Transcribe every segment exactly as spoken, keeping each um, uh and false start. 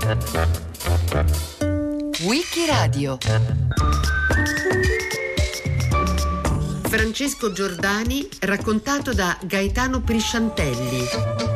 Wikiradio. Francesco Giordani, raccontato da Gaetano Prisciantelli.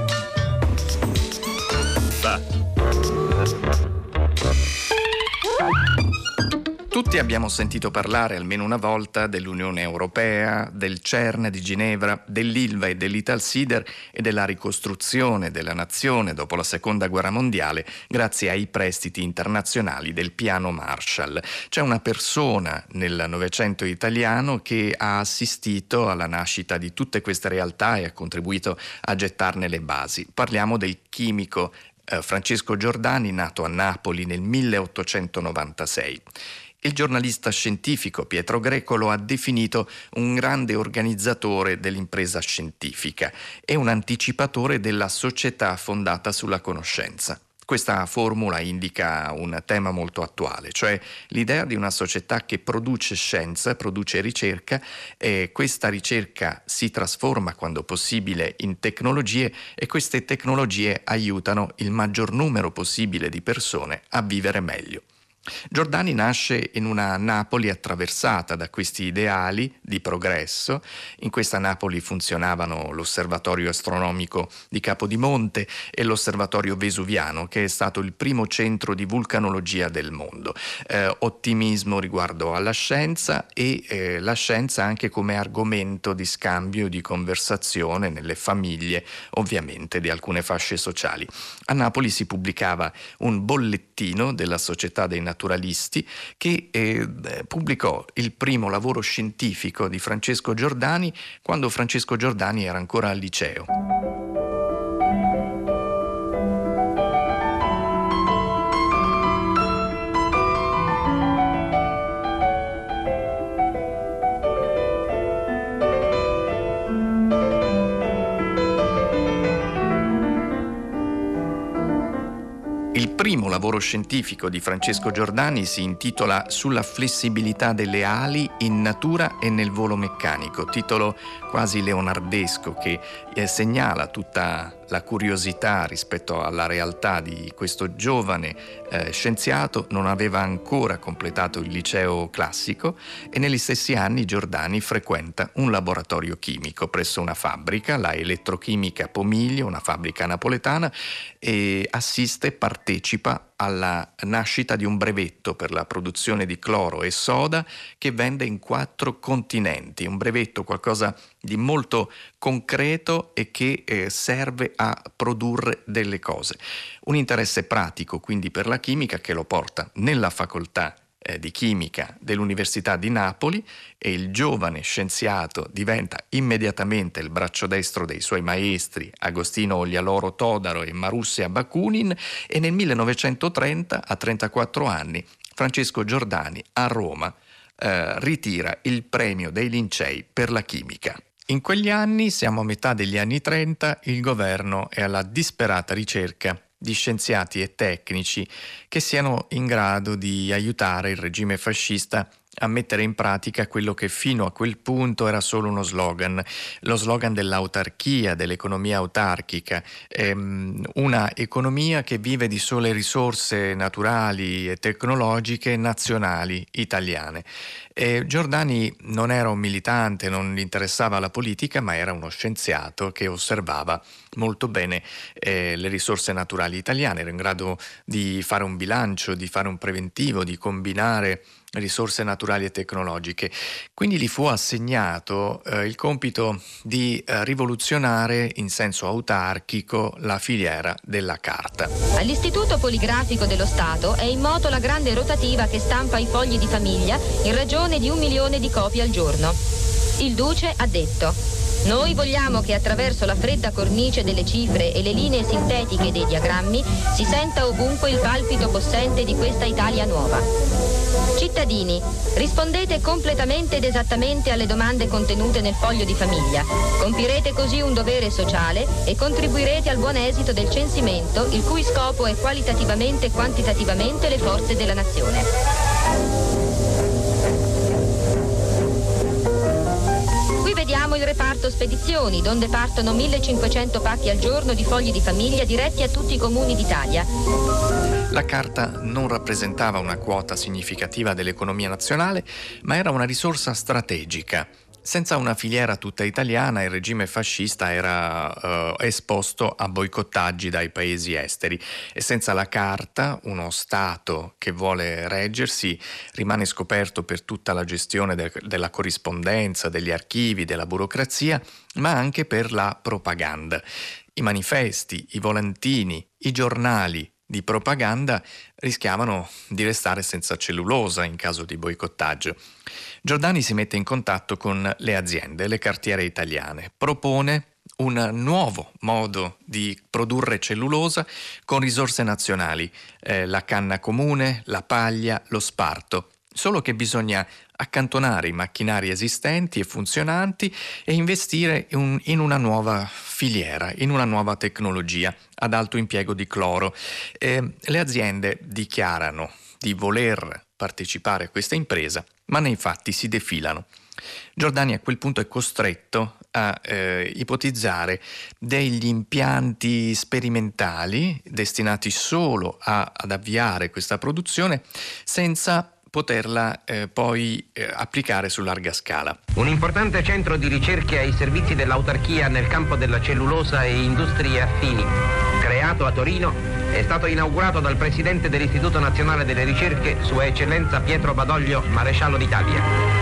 Tutti abbiamo sentito parlare almeno una volta dell'Unione Europea, del CERN di Ginevra, dell'Ilva e dell'Italsider e della ricostruzione della nazione dopo la Seconda Guerra Mondiale grazie ai prestiti internazionali del piano Marshall. C'è una persona nel Novecento italiano che ha assistito alla nascita di tutte queste realtà e ha contribuito a gettarne le basi. Parliamo del chimico eh, Francesco Giordani, nato a Napoli nel milleottocentonovantasei. Il giornalista scientifico Pietro Greco lo ha definito un grande organizzatore dell'impresa scientifica e un anticipatore della società fondata sulla conoscenza. Questa formula indica un tema molto attuale, cioè l'idea di una società che produce scienza, produce ricerca e questa ricerca si trasforma quando possibile in tecnologie e queste tecnologie aiutano il maggior numero possibile di persone a vivere meglio. Giordani nasce in una Napoli attraversata da questi ideali di progresso. In questa Napoli funzionavano l'osservatorio astronomico di Capodimonte e l'osservatorio vesuviano, che è stato il primo centro di vulcanologia del mondo. Eh, ottimismo riguardo alla scienza e eh, la scienza anche come argomento di scambio, di conversazione nelle famiglie, ovviamente di alcune fasce sociali. A Napoli si pubblicava un bollettino della Società dei Naturalisti che eh, pubblicò il primo lavoro scientifico di Francesco Giordani quando Francesco Giordani era ancora al liceo. Il primo lavoro scientifico di Francesco Giordani si intitola Sulla flessibilità delle ali in natura e nel volo meccanico, titolo quasi leonardesco che eh, segnala tutta la curiosità rispetto alla realtà di questo giovane eh, scienziato. Non aveva ancora completato il liceo classico e negli stessi anni Giordani frequenta un laboratorio chimico presso una fabbrica, la Elettrochimica Pomiglio, una fabbrica napoletana, e assiste, partecipa alla nascita di un brevetto per la produzione di cloro e soda che vende in quattro continenti, un brevetto, qualcosa di molto concreto e che eh, serve a produrre delle cose. Un interesse pratico quindi per la chimica che lo porta nella facoltà eh, di chimica dell'Università di Napoli e il giovane scienziato diventa immediatamente il braccio destro dei suoi maestri Agostino Oglialoro Todaro e Marussia Bakunin e nel millenovecentotrenta, a trentaquattro anni, Francesco Giordani a Roma eh, ritira il premio dei Lincei per la chimica. In quegli anni, siamo a metà degli anni trenta, il governo è alla disperata ricerca di scienziati e tecnici che siano in grado di aiutare il regime fascista a mettere in pratica quello che fino a quel punto era solo uno slogan, lo slogan dell'autarchia, dell'economia autarchica, ehm, una economia che vive di sole risorse naturali e tecnologiche nazionali italiane. E Giordani non era un militante, non gli interessava la politica, ma era uno scienziato che osservava molto bene eh, le risorse naturali italiane, era in grado di fare un bilancio, di fare un preventivo, di combinare risorse naturali e tecnologiche. Quindi gli fu assegnato eh, il compito di eh, rivoluzionare in senso autarchico la filiera della carta. All'Istituto Poligrafico dello Stato è in moto la grande rotativa che stampa i fogli di famiglia in ragione di un milione di copie al giorno. Il Duce ha detto: noi vogliamo che attraverso la fredda cornice delle cifre e le linee sintetiche dei diagrammi si senta ovunque il palpito possente di questa Italia nuova. Cittadini, rispondete completamente ed esattamente alle domande contenute nel foglio di famiglia. Compirete così un dovere sociale e contribuirete al buon esito del censimento, il cui scopo è qualitativamente e quantitativamente le forze della nazione. Vediamo il reparto spedizioni, donde partono millecinquecento pacchi al giorno di fogli di famiglia diretti a tutti i comuni d'Italia. La carta non rappresentava una quota significativa dell'economia nazionale, ma era una risorsa strategica. Senza una filiera tutta italiana, il regime fascista era eh, esposto a boicottaggi dai paesi esteri e senza la carta uno Stato che vuole reggersi rimane scoperto per tutta la gestione de- della corrispondenza, degli archivi, della burocrazia, ma anche per la propaganda. I manifesti, i volantini, i giornali di propaganda rischiavano di restare senza cellulosa in caso di boicottaggio. Giordani si mette in contatto con le aziende, le cartiere italiane, propone un nuovo modo di produrre cellulosa con risorse nazionali, eh, la canna comune, la paglia, lo sparto. Solo che bisogna accantonare i macchinari esistenti e funzionanti e investire in, in una nuova filiera, in una nuova tecnologia ad alto impiego di cloro. Eh, le aziende dichiarano di voler partecipare a questa impresa, ma nei fatti si defilano. Giordani a quel punto è costretto a eh, ipotizzare degli impianti sperimentali destinati solo a, ad avviare questa produzione senza poterla eh, poi eh, applicare su larga scala. Un importante centro di ricerche ai servizi dell'autarchia nel campo della cellulosa e industrie affini, creato a Torino, è stato inaugurato dal presidente dell'Istituto Nazionale delle Ricerche, Sua Eccellenza Pietro Badoglio, Maresciallo d'Italia.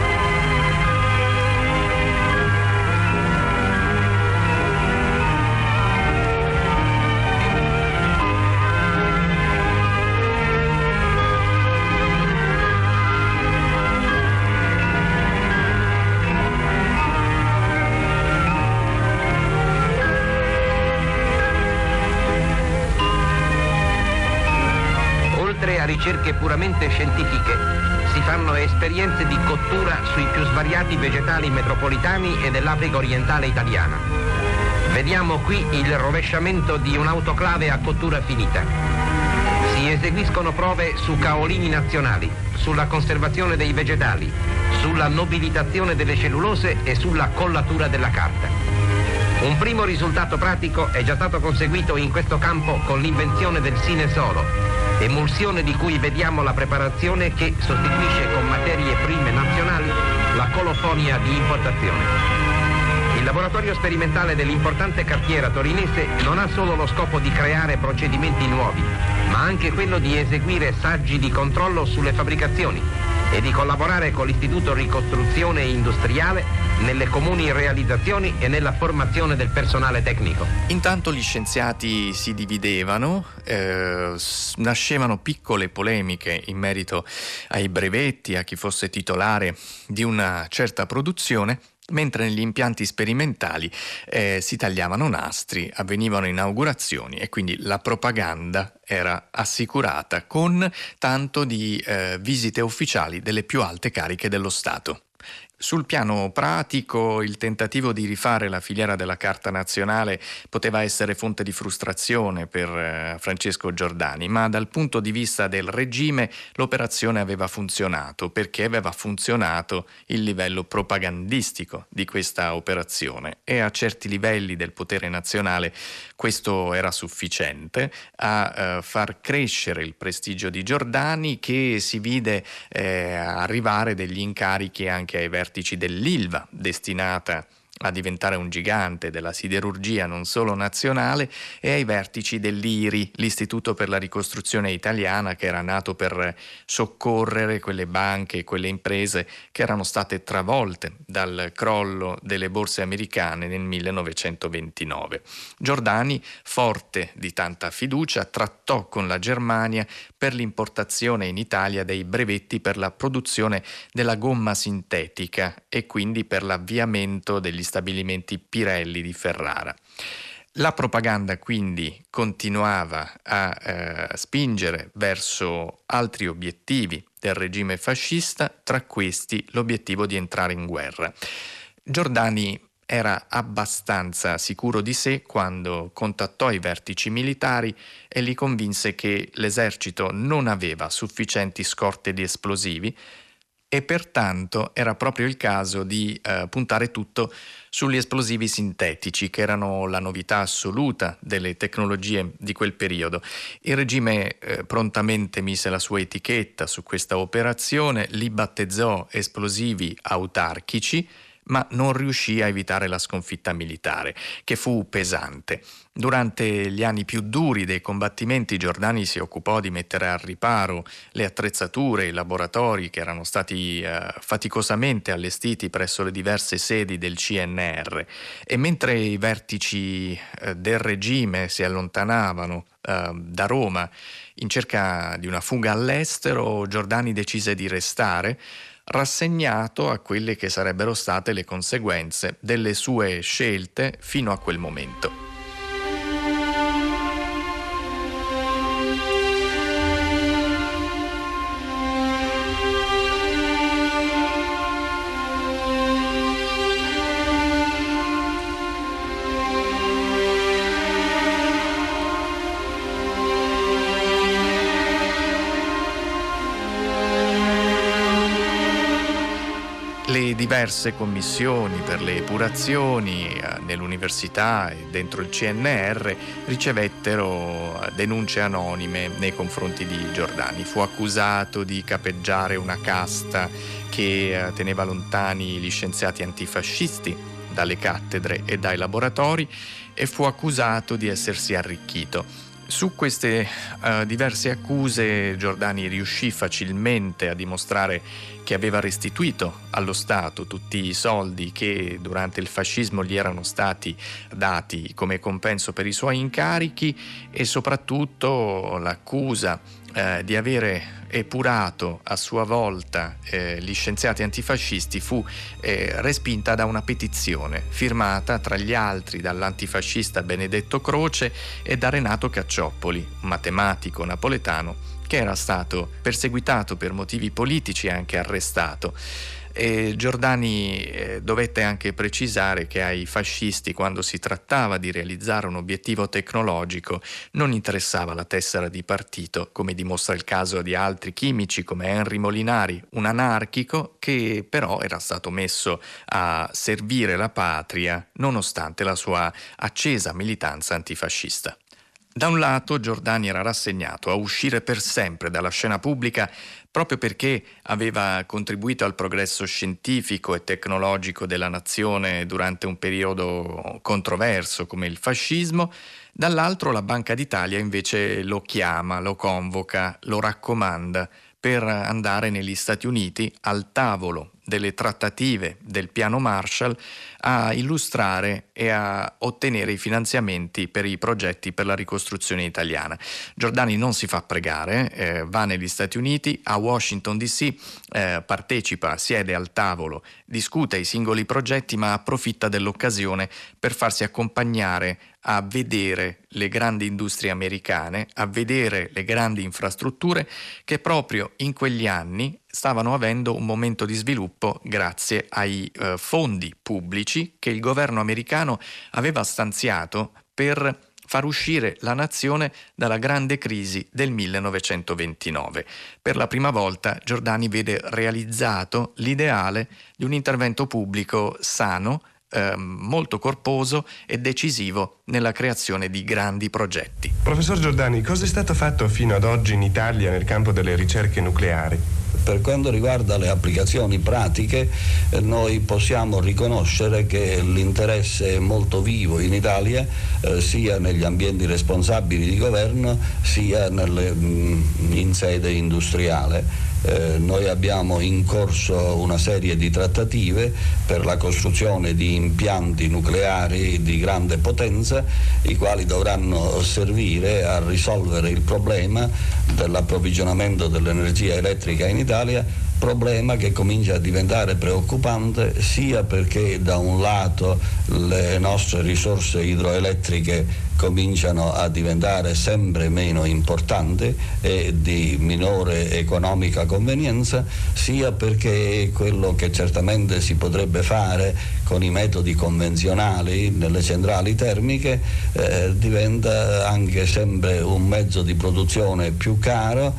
Ricerche puramente scientifiche, si fanno esperienze di cottura sui più svariati vegetali metropolitani e dell'Africa orientale italiana. Vediamo qui il rovesciamento di un'autoclave a cottura finita. Si eseguiscono prove su caolini nazionali, sulla conservazione dei vegetali, sulla nobilitazione delle cellulose e sulla collatura della carta. Un primo risultato pratico è già stato conseguito in questo campo con l'invenzione del sinesolo, emulsione di cui vediamo la preparazione che sostituisce con materie prime nazionali la colofonia di importazione. Il laboratorio sperimentale dell'importante cartiera torinese non ha solo lo scopo di creare procedimenti nuovi, ma anche quello di eseguire saggi di controllo sulle fabbricazioni e di collaborare con l'Istituto Ricostruzione Industriale nelle comuni realizzazioni e nella formazione del personale tecnico. Intanto gli scienziati si dividevano, eh, nascevano piccole polemiche in merito ai brevetti, a chi fosse titolare di una certa produzione, mentre negli impianti sperimentali eh, si tagliavano nastri, avvenivano inaugurazioni e quindi la propaganda era assicurata con tanto di eh, visite ufficiali delle più alte cariche dello Stato. Sul piano pratico, il tentativo di rifare la filiera della carta nazionale poteva essere fonte di frustrazione per eh, Francesco Giordani, ma dal punto di vista del regime l'operazione aveva funzionato, perché aveva funzionato il livello propagandistico di questa operazione e a certi livelli del potere nazionale questo era sufficiente a eh, far crescere il prestigio di Giordani, che si vide eh, arrivare degli incarichi anche ai vertici dell'Ilva, destinata a diventare un gigante della siderurgia non solo nazionale, e ai vertici dell'I R I, l'Istituto per la Ricostruzione Italiana, che era nato per soccorrere quelle banche e quelle imprese che erano state travolte dal crollo delle borse americane nel millenovecentoventinove. Giordani, forte di tanta fiducia, trattò con la Germania per l'importazione in Italia dei brevetti per la produzione della gomma sintetica e quindi per l'avviamento degli stabilimenti Pirelli di Ferrara. La propaganda quindi continuava a eh, spingere verso altri obiettivi del regime fascista, tra questi l'obiettivo di entrare in guerra. Giordani era abbastanza sicuro di sé quando contattò i vertici militari e li convinse che l'esercito non aveva sufficienti scorte di esplosivi, e pertanto era proprio il caso di eh, puntare tutto sugli esplosivi sintetici, che erano la novità assoluta delle tecnologie di quel periodo. Il regime eh, prontamente mise la sua etichetta su questa operazione, li battezzò esplosivi autarchici, ma non riuscì a evitare la sconfitta militare, che fu pesante. Durante gli anni più duri dei combattimenti, Giordani si occupò di mettere al riparo le attrezzature, i laboratori che erano stati eh, faticosamente allestiti presso le diverse sedi del C N R, e mentre i vertici eh, del regime si allontanavano eh, da Roma in cerca di una fuga all'estero, Giordani decise di restare, rassegnato a quelle che sarebbero state le conseguenze delle sue scelte fino a quel momento. Le diverse commissioni per le epurazioni eh, nell'università e dentro il C N R ricevettero denunce anonime nei confronti di Giordani. Fu accusato di capeggiare una casta che eh, teneva lontani gli scienziati antifascisti dalle cattedre e dai laboratori, e fu accusato di essersi arricchito. Su queste uh, diverse accuse Giordani riuscì facilmente a dimostrare che aveva restituito allo Stato tutti i soldi che durante il fascismo gli erano stati dati come compenso per i suoi incarichi, e soprattutto l'accusa eh, di avere epurato a sua volta eh, gli scienziati antifascisti fu eh, respinta da una petizione firmata tra gli altri dall'antifascista Benedetto Croce e da Renato Caccioppoli, un matematico napoletano che era stato perseguitato per motivi politici e anche arrestato. E Giordani eh, dovette anche precisare che ai fascisti, quando si trattava di realizzare un obiettivo tecnologico, non interessava la tessera di partito, come dimostra il caso di altri chimici come Henry Molinari, un anarchico che però era stato messo a servire la patria nonostante la sua accesa militanza antifascista. Da un lato Giordani era rassegnato a uscire per sempre dalla scena pubblica proprio perché aveva contribuito al progresso scientifico e tecnologico della nazione durante un periodo controverso come il fascismo. Dall'altro la Banca d'Italia invece lo chiama, lo convoca, lo raccomanda per andare negli Stati Uniti al tavolo delle trattative del piano Marshall a illustrare e a ottenere i finanziamenti per i progetti per la ricostruzione italiana. Giordani non si fa pregare, eh, va negli Stati Uniti, a Washington D C, eh, partecipa, siede al tavolo, discute i singoli progetti, ma approfitta dell'occasione per farsi accompagnare a vedere le grandi industrie americane, a vedere le grandi infrastrutture che proprio in quegli anni stavano avendo un momento di sviluppo grazie ai eh, fondi pubblici che il governo americano aveva stanziato per far uscire la nazione dalla grande crisi del millenovecentoventinove. Per la prima volta Giordani vede realizzato l'ideale di un intervento pubblico sano, eh, molto corposo e decisivo nella creazione di grandi progetti. Professor Giordani, cosa è stato fatto fino ad oggi in Italia nel campo delle ricerche nucleari? Per quanto riguarda le applicazioni pratiche, eh, noi possiamo riconoscere che l'interesse è molto vivo in Italia, eh, sia negli ambienti responsabili di governo, sia nelle, mh, in sede industriale. Eh, noi abbiamo in corso una serie di trattative per la costruzione di impianti nucleari di grande potenza, i quali dovranno servire a risolvere il problema dell'approvvigionamento dell'energia elettrica in Italia, problema che comincia a diventare preoccupante sia perché da un lato le nostre risorse idroelettriche cominciano a diventare sempre meno importanti e di minore economica convenienza, sia perché quello che certamente si potrebbe fare con i metodi convenzionali nelle centrali termiche eh, diventa anche sempre un mezzo di produzione più caro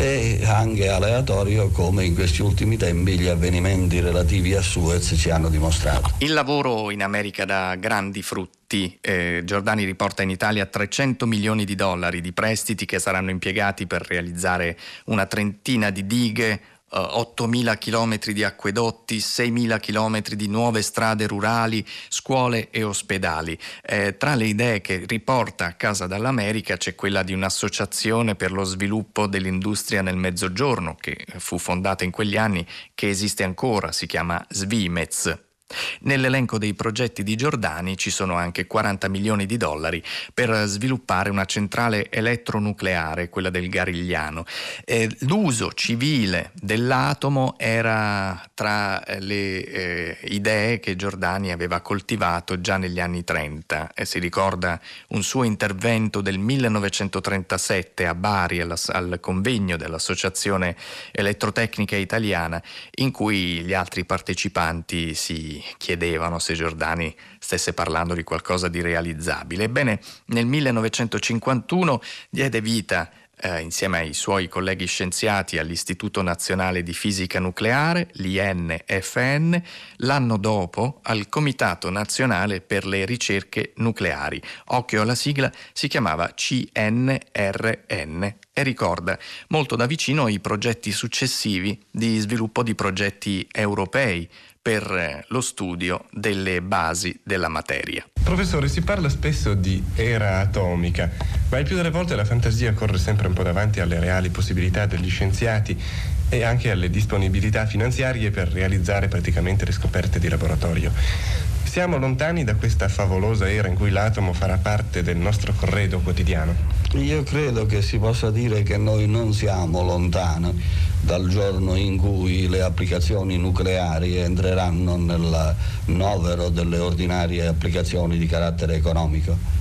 e anche aleatorio, come in questi ultimi tempi gli avvenimenti relativi a Suez ci hanno dimostrato. Il lavoro in America dà grandi frutti. Eh, Giordani riporta in Italia trecento milioni di dollari di prestiti che saranno impiegati per realizzare una trentina di dighe, ottomila chilometri di acquedotti, seimila chilometri di nuove strade rurali, scuole e ospedali. Eh, tra le idee che riporta a casa dall'America c'è quella di un'associazione per lo sviluppo dell'industria nel Mezzogiorno, che fu fondata in quegli anni, che esiste ancora, si chiama Svimez. Nell'elenco dei progetti di Giordani ci sono anche quaranta milioni di dollari per sviluppare una centrale elettronucleare, quella del Garigliano. Eh, l'uso civile dell'atomo era tra le eh, idee che Giordani aveva coltivato già negli anni trenta. Eh, si ricorda un suo intervento del millenovecentotrentasette a Bari alla, al convegno dell'Associazione Elettrotecnica Italiana, in cui gli altri partecipanti si chiedevano se Giordani stesse parlando di qualcosa di realizzabile. Ebbene, nel millenovecentocinquantuno diede vita eh, insieme ai suoi colleghi scienziati all'Istituto Nazionale di Fisica Nucleare, l'I N F N, l'anno dopo al Comitato Nazionale per le Ricerche Nucleari. Occhio alla sigla, si chiamava C N R N e ricorda molto da vicino i progetti successivi di sviluppo di progetti europei per lo studio delle basi della materia. Professore, si parla spesso di era atomica, ma il più delle volte la fantasia corre sempre un po' davanti alle reali possibilità degli scienziati e anche alle disponibilità finanziarie per realizzare praticamente le scoperte di laboratorio. Siamo lontani da questa favolosa era in cui l'atomo farà parte del nostro corredo quotidiano? Io credo che si possa dire che noi non siamo lontani dal giorno in cui le applicazioni nucleari entreranno nel novero delle ordinarie applicazioni di carattere economico.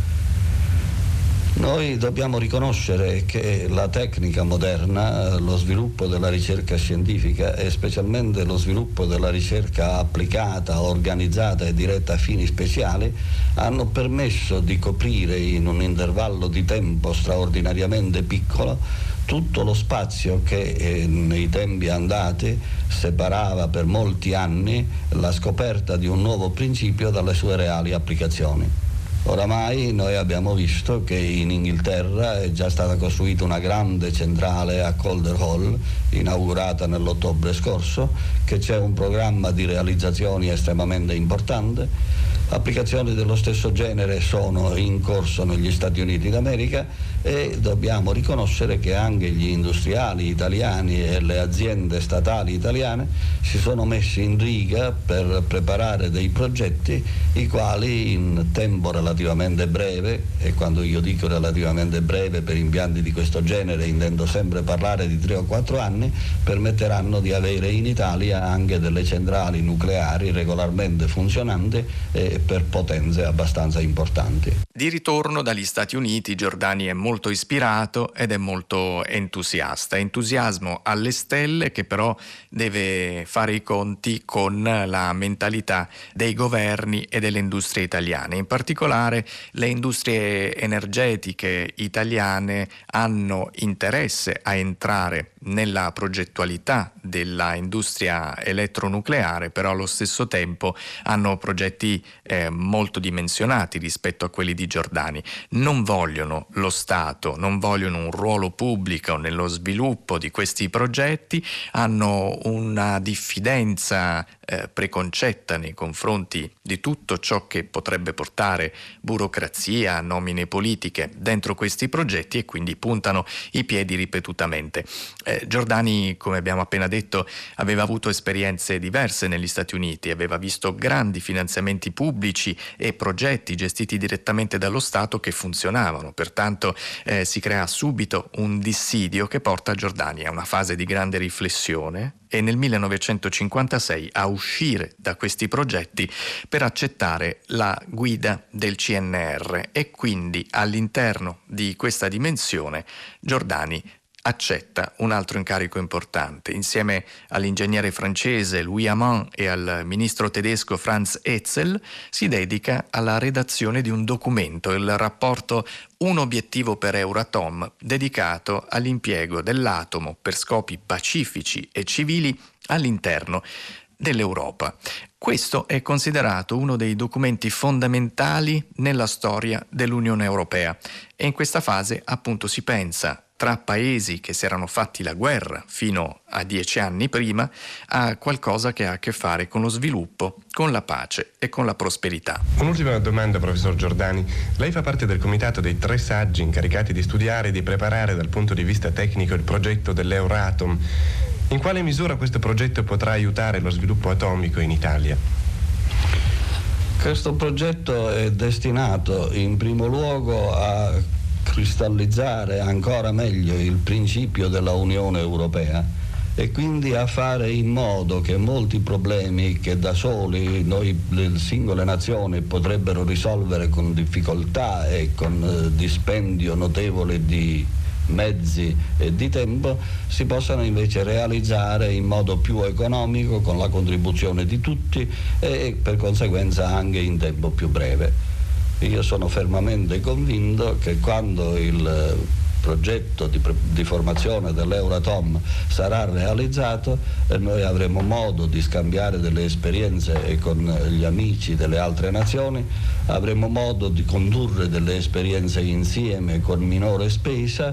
Noi dobbiamo riconoscere che la tecnica moderna, lo sviluppo della ricerca scientifica e specialmente lo sviluppo della ricerca applicata, organizzata e diretta a fini speciali hanno permesso di coprire in un intervallo di tempo straordinariamente piccolo tutto lo spazio che eh, nei tempi andati separava per molti anni la scoperta di un nuovo principio dalle sue reali applicazioni. Oramai noi abbiamo visto che in Inghilterra è già stata costruita una grande centrale a Calder Hall, inaugurata nell'ottobre scorso, che c'è un programma di realizzazioni estremamente importante. Applicazioni dello stesso genere sono in corso negli Stati Uniti d'America e dobbiamo riconoscere che anche gli industriali italiani e le aziende statali italiane si sono messi in riga per preparare dei progetti i quali in tempo relativamente breve, e quando io dico relativamente breve per impianti di questo genere intendo sempre parlare di tre o quattro anni, permetteranno di avere in Italia anche delle centrali nucleari regolarmente funzionanti e per potenze abbastanza importanti. Di ritorno dagli Stati Uniti, Giordani è molto ispirato ed è molto entusiasta. Entusiasmo alle stelle che però deve fare i conti con la mentalità dei governi e delle industrie italiane. In particolare le industrie energetiche italiane hanno interesse a entrare nella progettualità della industria elettronucleare, però allo stesso tempo hanno progetti eh, molto dimensionati rispetto a quelli di Giordani. Non vogliono lo Stato, non vogliono un ruolo pubblico nello sviluppo di questi progetti, hanno una diffidenza eh, preconcetta nei confronti di tutto ciò che potrebbe portare burocrazia, nomine politiche dentro questi progetti e quindi puntano i piedi ripetutamente. Eh, Giordani, come abbiamo appena detto, aveva avuto esperienze diverse negli Stati Uniti, aveva visto grandi finanziamenti pubblici e progetti gestiti direttamente dallo Stato che funzionavano, pertanto eh, si crea subito un dissidio che porta Giordani a una fase di grande riflessione e nel millenovecentocinquantasei a uscire da questi progetti per accettare la guida del C N R, e quindi all'interno di questa dimensione Giordani accetta un altro incarico importante. Insieme all'ingegnere francese Louis Amand e al ministro tedesco Franz Etzel si dedica alla redazione di un documento, il rapporto Un obiettivo per Euratom, dedicato all'impiego dell'atomo per scopi pacifici e civili all'interno dell'Europa. Questo è considerato uno dei documenti fondamentali nella storia dell'Unione Europea e in questa fase appunto si pensa, tra paesi che si erano fatti la guerra fino a dieci anni prima, a qualcosa che ha a che fare con lo sviluppo, con la pace e con la prosperità. Un'ultima domanda, professor Giordani. Lei fa parte del comitato dei tre saggi incaricati di studiare e di preparare dal punto di vista tecnico il progetto dell'Euratom. In quale misura questo progetto potrà aiutare lo sviluppo atomico in Italia? Questo progetto è destinato in primo luogo a cristallizzare ancora meglio il principio della Unione Europea e quindi a fare in modo che molti problemi che da soli noi, le singole nazioni, potrebbero risolvere con difficoltà e con eh, dispendio notevole di mezzi e di tempo, si possano invece realizzare in modo più economico, con la contribuzione di tutti e per conseguenza anche in tempo più breve. Io sono fermamente convinto che quando il progetto di, di formazione dell'Euratom sarà realizzato e noi avremo modo di scambiare delle esperienze con gli amici delle altre nazioni, avremo modo di condurre delle esperienze insieme con minore spesa,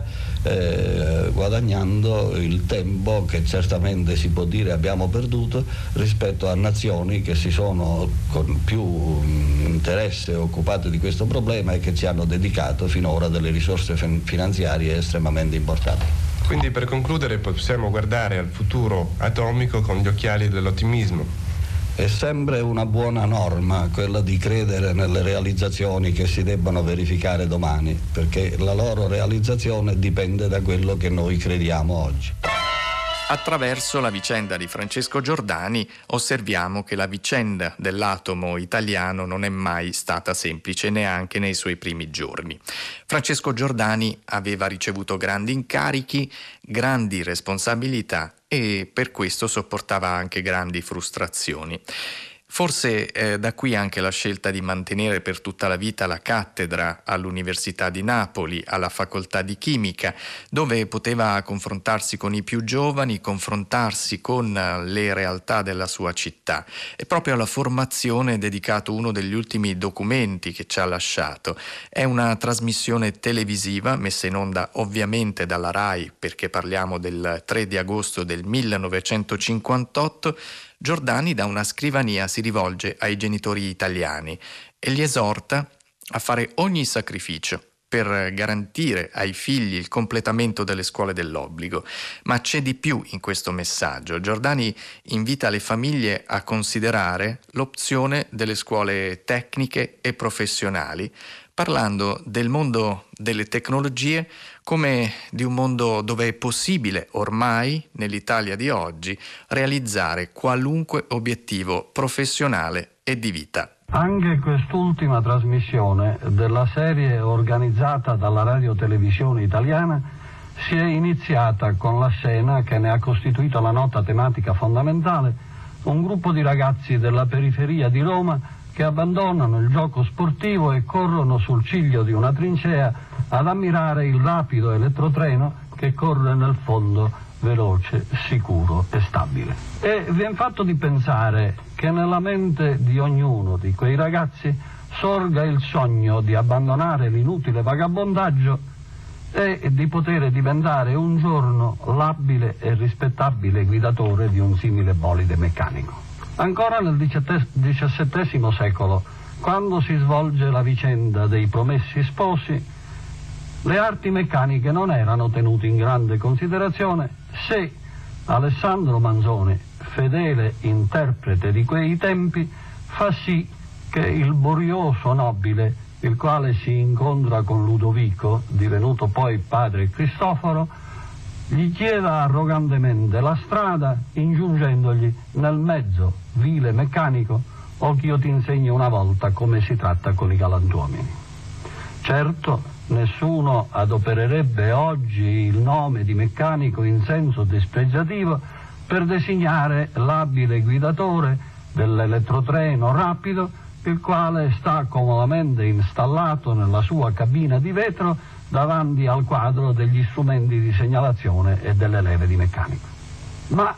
eh, guadagnando il tempo che certamente si può dire abbiamo perduto rispetto a nazioni che si sono con più interesse occupate di questo problema e che ci hanno dedicato finora delle risorse finanziarie estremamente importanti. Quindi, per concludere, possiamo guardare al futuro atomico con gli occhiali dell'ottimismo. È sempre una buona norma quella di credere nelle realizzazioni che si debbano verificare domani, perché la loro realizzazione dipende da quello che noi crediamo oggi. Attraverso la vicenda di Francesco Giordani osserviamo che la vicenda dell'atomo italiano non è mai stata semplice, neanche nei suoi primi giorni. Francesco Giordani aveva ricevuto grandi incarichi, grandi responsabilità e per questo sopportava anche grandi frustrazioni. Forse eh, da qui anche la scelta di mantenere per tutta la vita la cattedra all'Università di Napoli, alla Facoltà di Chimica, dove poteva confrontarsi con i più giovani, confrontarsi con le realtà della sua città. E proprio alla formazione è dedicato uno degli ultimi documenti che ci ha lasciato. È una trasmissione televisiva messa in onda ovviamente dalla RAI, perché parliamo del tre di agosto del millenovecentocinquantotto. Giordani da una scrivania si rivolge ai genitori italiani e li esorta a fare ogni sacrificio per garantire ai figli il completamento delle scuole dell'obbligo. Ma c'è di più in questo messaggio. Giordani invita le famiglie a considerare l'opzione delle scuole tecniche e professionali, parlando del mondo delle tecnologie come di un mondo dove è possibile ormai, nell'Italia di oggi, realizzare qualunque obiettivo professionale e di vita. Anche quest'ultima trasmissione della serie organizzata dalla radiotelevisione italiana si è iniziata con la scena che ne ha costituito la nota tematica fondamentale, un gruppo di ragazzi della periferia di Roma che abbandonano il gioco sportivo e corrono sul ciglio di una trincea ad ammirare il rapido elettrotreno che corre nel fondo veloce, sicuro e stabile. E vien fatto di pensare che nella mente di ognuno di quei ragazzi sorga il sogno di abbandonare l'inutile vagabondaggio e di poter diventare un giorno l'abile e rispettabile guidatore di un simile bolide meccanico. Ancora nel diciassettesimo secolo, quando si svolge la vicenda dei promessi sposi, le arti meccaniche non erano tenute in grande considerazione se Alessandro Manzoni, fedele interprete di quei tempi, fa sì che il borioso nobile il quale si incontra con Ludovico, divenuto poi padre Cristoforo, gli chiede arrogantemente la strada, ingiungendogli: nel mezzo, vile meccanico, o che io ti insegni una volta come si tratta con i galantuomini. Certo, nessuno adopererebbe oggi il nome di meccanico in senso dispregiativo per designare l'abile guidatore dell'elettrotreno rapido, il quale sta comodamente installato nella sua cabina di vetro davanti al quadro degli strumenti di segnalazione e delle leve di meccanico. Ma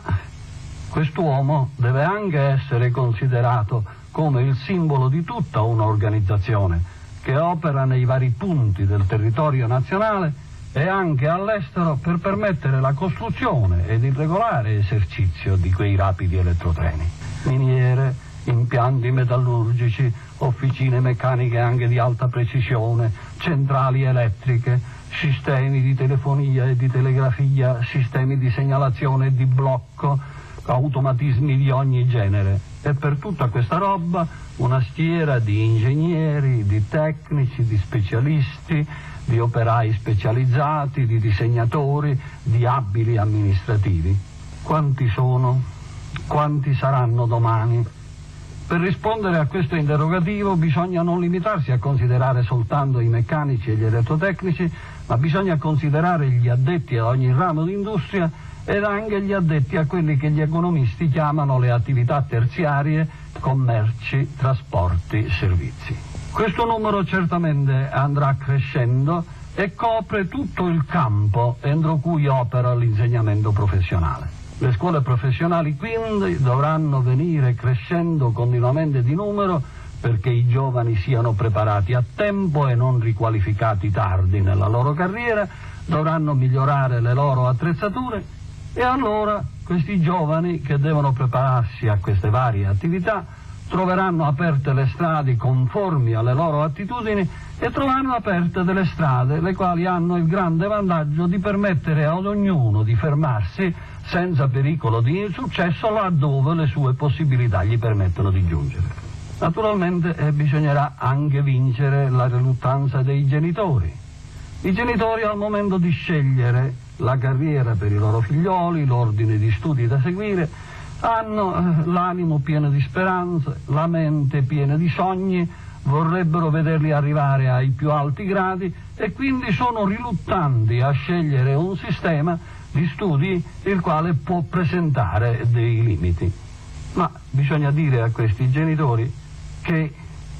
quest'uomo deve anche essere considerato come il simbolo di tutta un'organizzazione che opera nei vari punti del territorio nazionale e anche all'estero per permettere la costruzione ed il regolare esercizio di quei rapidi elettrotreni. Miniere, impianti metallurgici, officine meccaniche anche di alta precisione, centrali elettriche, sistemi di telefonia e di telegrafia, sistemi di segnalazione e di blocco, automatismi di ogni genere. E per tutta questa roba una schiera di ingegneri, di tecnici, di specialisti, di operai specializzati, di disegnatori, di abili amministrativi. Quanti sono? Quanti saranno domani? Per rispondere a questo interrogativo bisogna non limitarsi a considerare soltanto i meccanici e gli elettrotecnici, ma bisogna considerare gli addetti a ogni ramo d'industria ed anche gli addetti a quelli che gli economisti chiamano le attività terziarie, commerci, trasporti, servizi. Questo numero certamente andrà crescendo e copre tutto il campo entro cui opera l'insegnamento professionale. Le scuole professionali quindi dovranno venire crescendo continuamente di numero perché i giovani siano preparati a tempo e non riqualificati tardi nella loro carriera, dovranno migliorare le loro attrezzature e allora questi giovani che devono prepararsi a queste varie attività troveranno aperte le strade conformi alle loro attitudini e troveranno aperte delle strade le quali hanno il grande vantaggio di permettere ad ognuno di fermarsi senza pericolo di insuccesso laddove le sue possibilità gli permettono di giungere. Naturalmente eh, bisognerà anche vincere la riluttanza dei genitori. I genitori al momento di scegliere la carriera per i loro figlioli, l'ordine di studi da seguire, hanno eh, l'animo pieno di speranze, la mente piena di sogni, vorrebbero vederli arrivare ai più alti gradi e quindi sono riluttanti a scegliere un sistema di studi il quale può presentare dei limiti. Ma bisogna dire a questi genitori che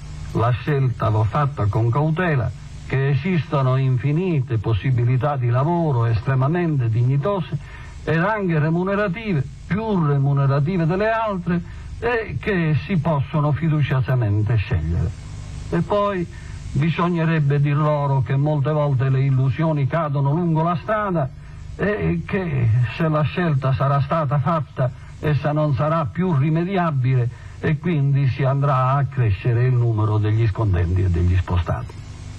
la scelta va fatta con cautela, che esistono infinite possibilità di lavoro estremamente dignitose ed anche remunerative, più remunerative delle altre, e che si possono fiduciosamente scegliere. E poi bisognerebbe dir loro che molte volte le illusioni cadono lungo la strada e che se la scelta sarà stata fatta essa non sarà più rimediabile e quindi si andrà a crescere il numero degli scondenti e degli spostati.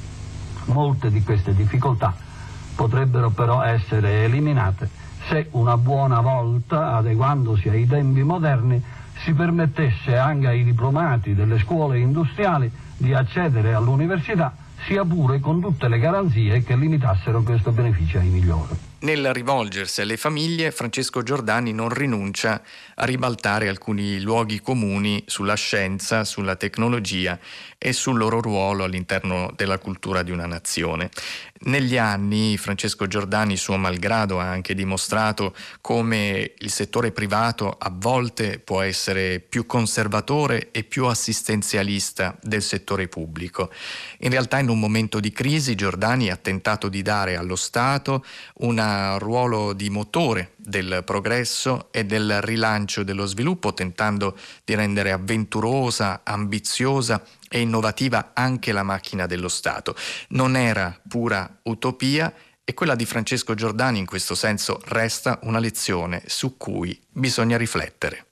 Molte di queste difficoltà potrebbero però essere eliminate se una buona volta, adeguandosi ai tempi moderni, si permettesse anche ai diplomati delle scuole industriali di accedere all'università, sia pure con tutte le garanzie che limitassero questo beneficio ai migliori. Nel rivolgersi alle famiglie, Francesco Giordani non rinuncia a ribaltare alcuni luoghi comuni sulla scienza, sulla tecnologia e sul loro ruolo all'interno della cultura di una nazione. Negli anni Francesco Giordani, suo malgrado, ha anche dimostrato come il settore privato a volte può essere più conservatore e più assistenzialista del settore pubblico. In realtà, in un momento di crisi, Giordani ha tentato di dare allo Stato un ruolo di motore del progresso e del rilancio dello sviluppo, tentando di rendere avventurosa, ambiziosa e innovativa anche la macchina dello Stato. Non era pura utopia e quella di Francesco Giordani in questo senso resta una lezione su cui bisogna riflettere.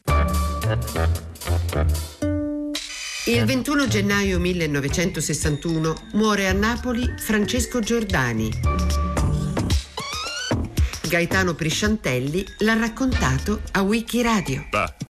Il ventuno gennaio millenovecentosessantuno muore a Napoli Francesco Giordani. Gaetano Prisciantelli l'ha raccontato a Wikiradio.